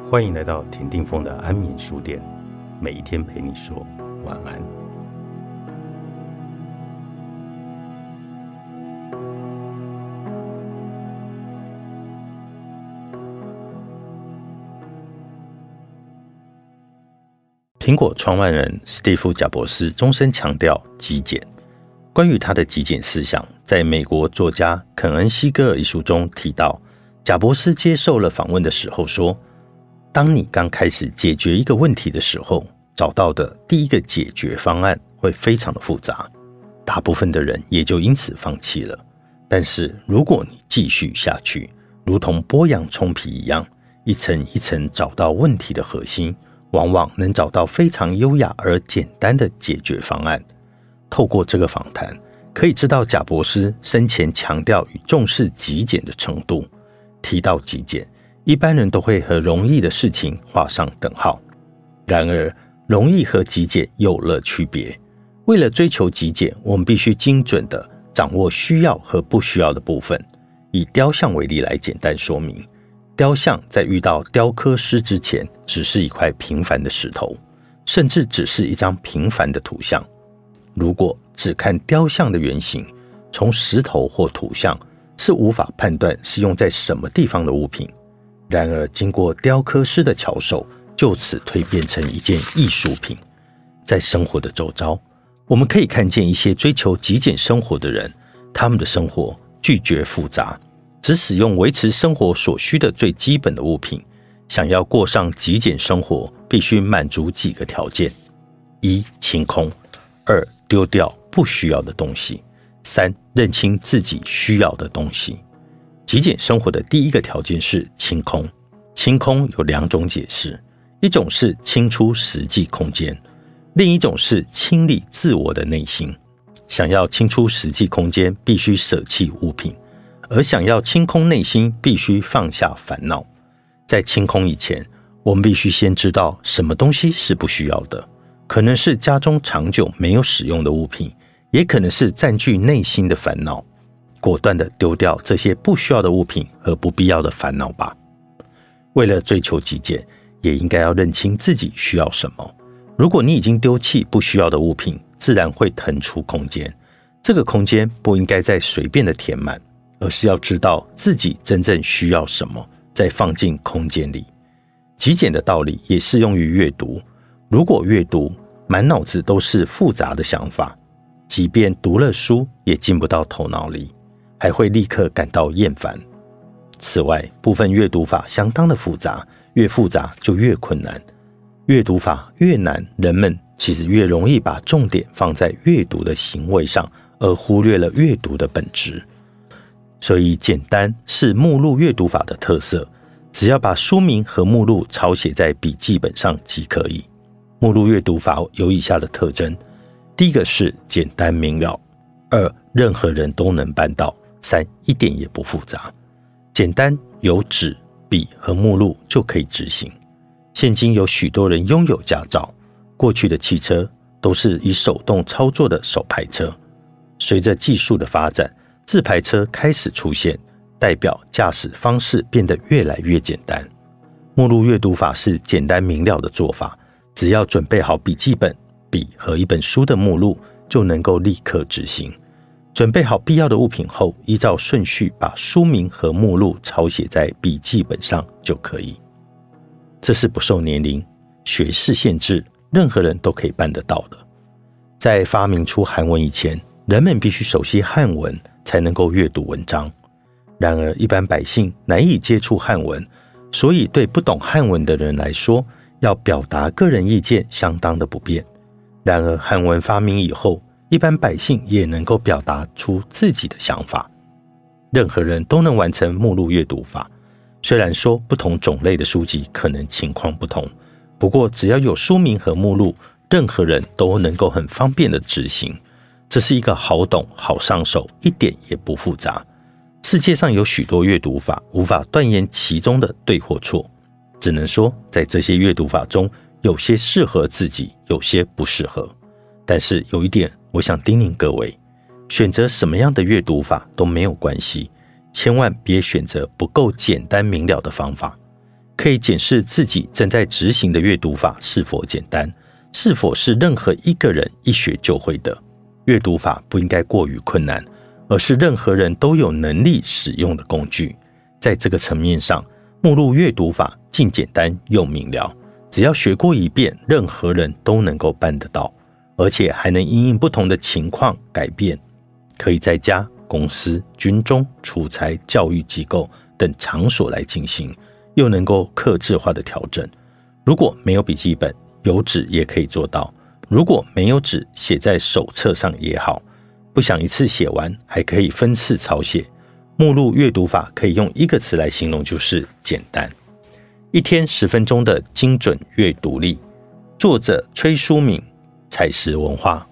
欢迎来到田定峰的安眠书店，每一天陪你说晚安。苹果创办人史蒂夫·贾伯斯终身强调极简。关于他的极简思想，在美国作家肯恩·西格尔一书中提到，贾伯斯接受了访问的时候说，当你刚开始解决一个问题的时候，找到的第一个解决方案会非常的复杂，大部分的人也就因此放弃了。但是如果你继续下去，如同剥洋葱皮一样，一层一层找到问题的核心，往往能找到非常优雅而简单的解决方案。透过这个访谈，可以知道贾伯斯生前强调与重视极简的程度。提到极简，一般人都会和容易的事情画上等号。然而，容易和极简有了区别。为了追求极简，我们必须精准地掌握需要和不需要的部分。以雕像为例来简单说明，雕像在遇到雕刻师之前，只是一块平凡的石头，甚至只是一张平凡的图像。如果只看雕像的原型，从石头或图像是无法判断是用在什么地方的物品。然而经过雕刻师的巧手，就此蜕变成一件艺术品。在生活的周遭，我们可以看见一些追求极简生活的人，他们的生活拒绝复杂，只使用维持生活所需的最基本的物品。想要过上极简生活，必须满足几个条件：一、清空；二、丢掉不需要的东西；三、认清自己需要的东西。极简生活的第一个条件是清空。清空有两种解释，一种是清出实际空间，另一种是清理自我的内心。想要清出实际空间，必须舍弃物品，而想要清空内心，必须放下烦恼。在清空以前，我们必须先知道什么东西是不需要的，可能是家中长久没有使用的物品，也可能是占据内心的烦恼。果断地丢掉这些不需要的物品和不必要的烦恼吧。为了追求极简，也应该要认清自己需要什么。如果你已经丢弃不需要的物品，自然会腾出空间。这个空间不应该再随便的填满，而是要知道自己真正需要什么，再放进空间里。极简的道理也适用于阅读。如果阅读满脑子都是复杂的想法，即便读了书也进不到头脑里，还会立刻感到厌烦。此外，部分阅读法相当的复杂，越复杂就越困难。阅读法越难，人们其实越容易把重点放在阅读的行为上，而忽略了阅读的本质。所以简单是目录阅读法的特色，只要把书名和目录抄写在笔记本上即可以。目录阅读法有以下的特征：第一个是简单明了；二、任何人都能办到；三、一点也不复杂。简单，有纸、笔和目录就可以执行。现今有许多人拥有驾照，过去的汽车都是以手动操作的手排车。随着技术的发展，自排车开始出现，代表驾驶方式变得越来越简单。目录阅读法是简单明了的做法，只要准备好笔记本、笔和一本书的目录，就能够立刻执行。准备好必要的物品后，依照顺序把书名和目录抄写在笔记本上就可以。这是不受年龄、学识限制，任何人都可以办得到的。在发明出韩文以前，人们必须熟悉汉文才能够阅读文章。然而一般百姓难以接触汉文，所以对不懂汉文的人来说，要表达个人意见相当的不便。然而汉文发明以后，一般百姓也能够表达出自己的想法。任何人都能完成目录阅读法，虽然说不同种类的书籍可能情况不同，不过只要有书名和目录，任何人都能够很方便的执行。这是一个好懂、好上手，一点也不复杂。世界上有许多阅读法，无法断言其中的对或错，只能说在这些阅读法中，有些适合自己，有些不适合。但是有一点我想叮咛各位，选择什么样的阅读法都没有关系，千万别选择不够简单明了的方法。 可以检视自己正在执行的阅读法是否简单，是否是任何一个人一学就会的。阅读法不应该过于困难，而是任何人都有能力使用的工具。在这个层面上，目录阅读法既简单又明了，只要学过一遍，任何人都能够办得到，而且还能因应不同的情况改变，可以在家、公司、军中、出差、教育机构等场所来进行，又能够客制化的调整。如果没有笔记本，有纸也可以做到；如果没有纸，写在手册上也好。不想一次写完，还可以分次抄写。目录阅读法可以用一个词来形容，就是简单。一天10分钟的精准阅读力。作者崔书敏，采实文化。